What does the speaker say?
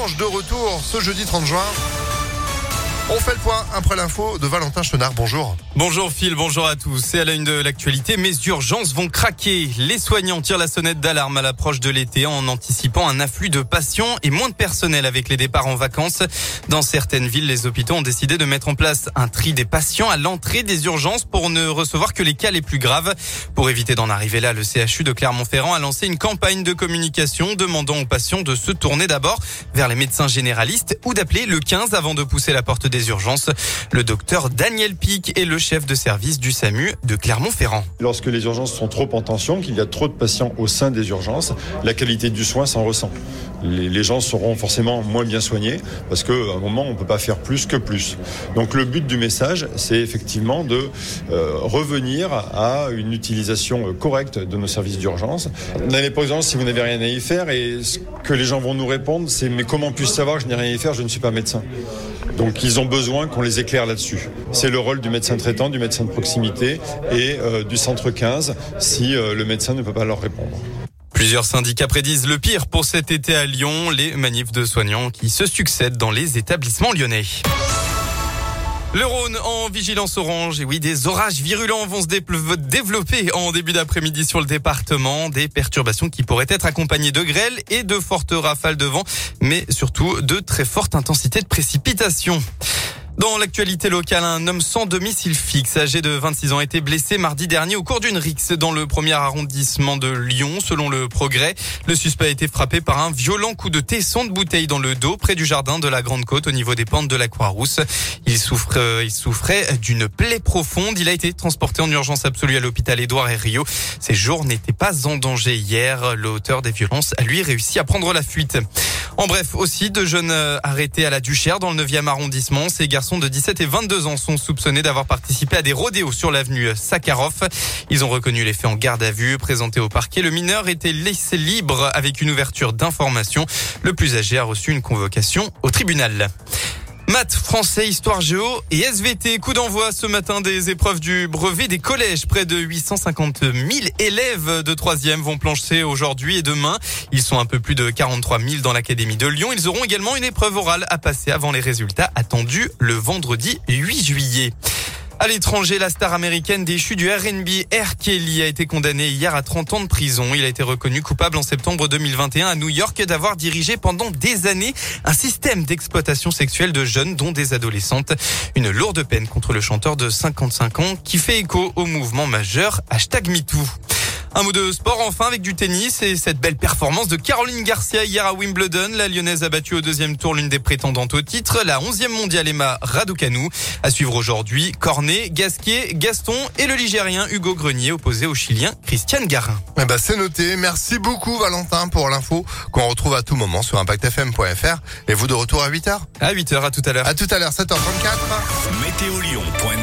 Orange de retour ce jeudi 30 juin. On fait le point après l'info de Valentin Chenard. Bonjour. Bonjour Phil, bonjour à tous. C'est à la une de l'actualité, mes urgences vont craquer. Les soignants tirent la sonnette d'alarme à l'approche de l'été en anticipant un afflux de patients et moins de personnel avec les départs en vacances. Dans certaines villes, les hôpitaux ont décidé de mettre en place un tri des patients à l'entrée des urgences pour ne recevoir que les cas les plus graves. Pour éviter d'en arriver là, le CHU de Clermont-Ferrand a lancé une campagne de communication demandant aux patients de se tourner d'abord vers les médecins généralistes ou d'appeler le 15 avant de pousser la porte des urgences. Le docteur Daniel Pic est le chef de service du SAMU de Clermont-Ferrand. Lorsque les urgences sont trop en tension, qu'il y a trop de patients au sein des urgences, la qualité du soin s'en ressent. Les gens seront forcément moins bien soignés parce qu'à un moment, on ne peut pas faire plus que plus. Donc le but du message, c'est effectivement de revenir à une utilisation correcte de nos services d'urgence. N'allez pas aux urgences si vous n'avez rien à y faire, et ce que les gens vont nous répondre, c'est « mais comment puis-je savoir que je n'ai rien à y faire, je ne suis pas médecin ». Donc ils ont besoin qu'on les éclaire là-dessus. C'est le rôle du médecin traitant, du médecin de proximité et du centre 15 si le médecin ne peut pas leur répondre. Plusieurs syndicats prédisent le pire pour cet été à Lyon, les manifs de soignants qui se succèdent dans les établissements lyonnais. Le Rhône en vigilance orange. Et oui, des orages virulents vont se développer en début d'après-midi sur le département. Des perturbations qui pourraient être accompagnées de grêle et de fortes rafales de vent, mais surtout de très fortes intensités de précipitations. Dans l'actualité locale, un homme sans domicile fixe, âgé de 26 ans, a été blessé mardi dernier au cours d'une rixe dans le premier arrondissement de Lyon. Selon le Progrès, le suspect a été frappé par un violent coup de tesson de bouteille dans le dos près du jardin de la Grande Côte au niveau des pentes de la Croix-Rousse. Il souffrait d'une plaie profonde. Il a été transporté en urgence absolue à l'hôpital Édouard Herriot. Ses jours n'étaient pas en danger hier. L'auteur des violences a lui réussi à prendre la fuite. En bref, aussi, deux jeunes arrêtés à la Duchère dans le 9e arrondissement. Ces garçons de 17 et 22 ans sont soupçonnés d'avoir participé à des rodéos sur l'avenue Sakharov. Ils ont reconnu les faits en garde à vue. Présenté au parquet, le mineur était laissé libre avec une ouverture d'information. Le plus âgé a reçu une convocation au tribunal. Maths, français, histoire géo et SVT. Coup d'envoi ce matin des épreuves du brevet des collèges. Près de 850 000 élèves de 3e vont plancher aujourd'hui et demain. Ils sont un peu plus de 43 000 dans l'académie de Lyon. Ils auront également une épreuve orale à passer avant les résultats attendus le vendredi 8 juillet. À l'étranger, la star américaine déchue du R&B, R. Kelly, a été condamnée hier à 30 ans de prison. Il a été reconnu coupable en septembre 2021 à New York d'avoir dirigé pendant des années un système d'exploitation sexuelle de jeunes, dont des adolescentes. Une lourde peine contre le chanteur de 55 ans qui fait écho au mouvement majeur #MeToo. Un mot de sport enfin avec du tennis et cette belle performance de Caroline Garcia hier à Wimbledon. La Lyonnaise a battu au deuxième tour l'une des prétendantes au titre, la 11e mondiale Emma Raducanu. À suivre aujourd'hui, Cornet, Gasquet, Gaston et le Ligérien Hugo Grenier opposé au Chilien Christian Garin. C'est noté. Merci beaucoup Valentin pour l'info qu'on retrouve à tout moment sur impactfm.fr. Et vous de retour à 8h. À 8h, à tout à l'heure. À tout à l'heure, 7h34. Météo Lyon.